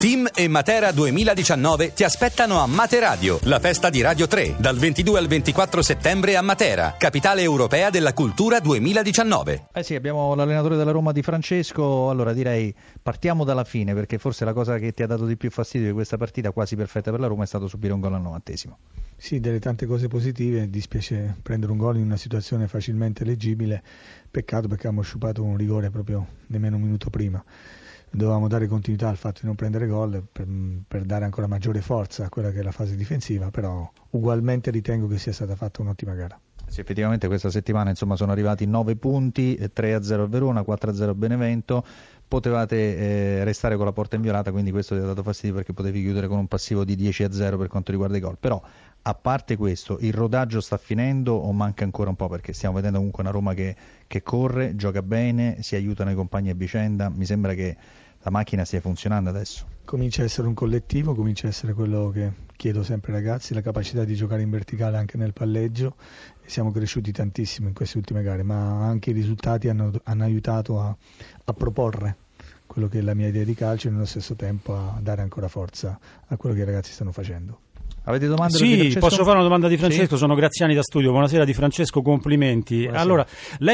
Team e Matera 2019 ti aspettano a Materadio, la festa di Radio 3, dal 22 al 24 settembre a Matera, capitale europea della cultura 2019. Sì, abbiamo l'allenatore della Roma Di Francesco. Allora direi partiamo dalla fine, perché forse la cosa che ti ha dato di più fastidio di questa partita quasi perfetta per la Roma è stato subire un gol al 90°. Sì, delle tante cose positive, dispiace prendere un gol in una situazione facilmente leggibile, peccato perché abbiamo sciupato un rigore proprio nemmeno un minuto prima. Dovevamo dare continuità al fatto di non prendere gol per dare ancora maggiore forza a quella che è la fase difensiva, però ugualmente ritengo che sia stata fatta un'ottima gara. Sì, effettivamente questa settimana sono arrivati 9 punti, 3-0 al Verona, 4-0 al Benevento. Potevate restare con la porta inviolata, quindi questo ti ha dato fastidio perché potevi chiudere con un passivo di 10-0 per quanto riguarda i gol. Però a parte questo, il rodaggio sta finendo o manca ancora un po'? Perché stiamo vedendo comunque una Roma che corre, gioca bene, si aiutano i compagni a vicenda. Mi sembra che la macchina stia funzionando adesso. Comincia a essere un collettivo, comincia a essere quello che chiedo sempre ai ragazzi, la capacità di giocare in verticale anche nel palleggio. Siamo cresciuti tantissimo in queste ultime gare, ma anche i risultati hanno aiutato a proporre quello che è la mia idea di calcio e nello stesso tempo a dare ancora forza a quello che i ragazzi stanno facendo. Avete domande? Sì, posso fare una domanda di Francesco? Sì. Sono Graziani da studio. Buonasera Di Francesco, complimenti. Buonasera. Allora, lei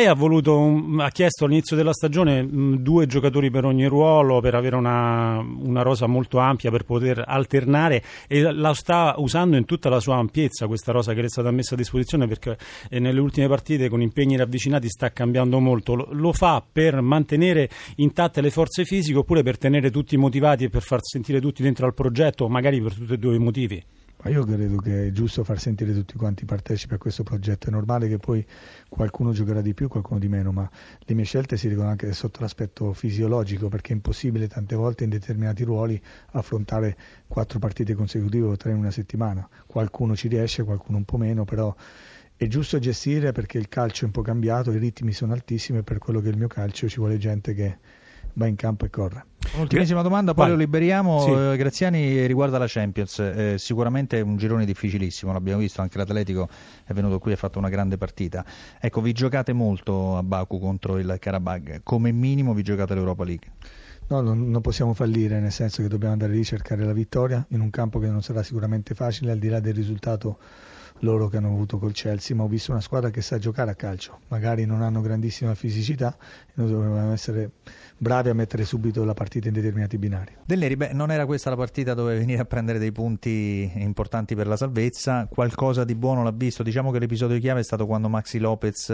ha chiesto all'inizio della stagione 2 giocatori per ogni ruolo, per avere una rosa molto ampia, per poter alternare, e la sta usando in tutta la sua ampiezza questa rosa che le è stata messa a disposizione, perché nelle ultime partite con impegni ravvicinati sta cambiando molto. Lo fa per mantenere intatte le forze fisiche oppure per tenere tutti motivati e per far sentire tutti dentro al progetto, magari per tutti e 2 i motivi? Ma io credo che è giusto far sentire tutti quanti partecipi a questo progetto. È normale che poi qualcuno giocherà di più, qualcuno di meno, ma le mie scelte si regolano anche sotto l'aspetto fisiologico, perché è impossibile tante volte in determinati ruoli affrontare 4 partite consecutive o 3 in una settimana. Qualcuno ci riesce, qualcuno un po' meno, però è giusto gestire, perché il calcio è un po' cambiato, i ritmi sono altissimi e per quello che è il mio calcio ci vuole gente che va in campo e corre. Ultimissima domanda, poi lo liberiamo. Sì. Graziani, riguarda la Champions, sicuramente un girone difficilissimo, l'abbiamo visto, anche l'Atletico è venuto qui e ha fatto una grande partita. Ecco, vi giocate molto a Baku contro il Karabakh, come minimo vi giocate l'Europa League? No, non possiamo fallire, nel senso che dobbiamo andare lì a cercare la vittoria in un campo che non sarà sicuramente facile, al di là del risultato loro che hanno avuto col Chelsea, ma ho visto una squadra che sa giocare a calcio. Magari non hanno grandissima fisicità e noi dobbiamo essere bravi a mettere subito la partita in determinati binari. Del Neri, non era questa la partita dove venire a prendere dei punti importanti per la salvezza. Qualcosa di buono l'ha visto? Diciamo che l'episodio chiave è stato quando Maxi Lopez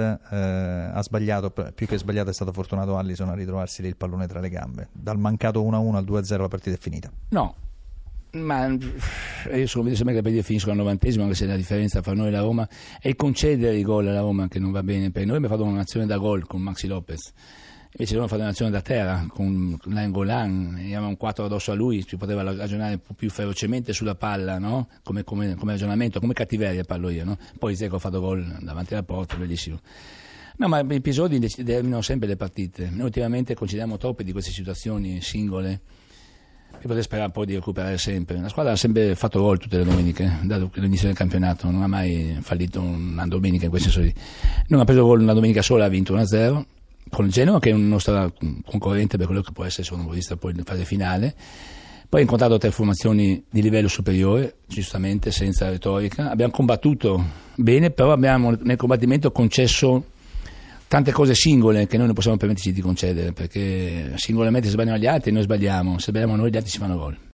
ha sbagliato, più che sbagliato è stato fortunato Alisson a ritrovarsi lì il pallone tra le gambe. Dal mancato 1-1 al 2-0 la partita è finita. No, ma io sono convinto sempre che le partite finiscono al 90°, anche se la differenza fra noi e la Roma è il concedere i gol alla Roma, che non va bene. Per noi abbiamo fatto un'azione da gol con Maxi Lopez, invece noi abbiamo fatto un'azione da terra con Nainggolan, eravamo un 4 addosso a lui, si poteva ragionare un po' più velocemente sulla palla, no? Come ragionamento, come cattiveria parlo io, no? Poi Dzeko ha fatto gol davanti alla porta, bellissimo. No, ma gli episodi determinano sempre le partite. Noi ultimamente consideriamo troppe di queste situazioni singole e poter sperare poi di recuperare sempre. La squadra ha sempre fatto gol tutte le domeniche dall'inizio del campionato, non ha mai fallito una domenica in quel senso lì. Non ha preso gol una domenica sola, ha vinto 1-0 con il Genoa, che è un nostro concorrente per quello che può essere secondo vista poi in fase finale. Poi ha incontrato 3 formazioni di livello superiore, giustamente, senza retorica. Abbiamo combattuto bene, però abbiamo nel combattimento concesso tante cose singole che noi non possiamo permetterci di concedere, perché singolarmente se sbagliano gli altri noi sbagliamo, se sbagliamo noi gli altri si fanno gol.